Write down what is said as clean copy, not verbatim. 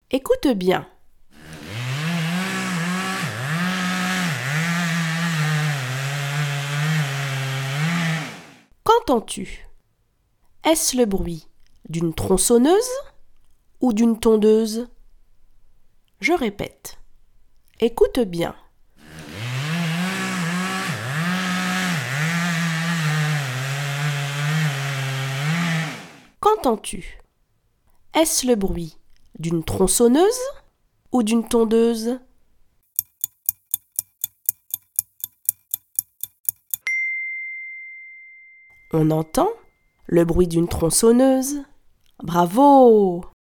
Écoute bien. Qu'entends-tu? Est-ce le bruit d'une tronçonneuse ou d'une tondeuse? Je répète. Écoute bien. Qu'entends-tu? Est-ce le bruit d'une tronçonneuse ou d'une tondeuse? On entend le bruit d'une tronçonneuse. Bravo!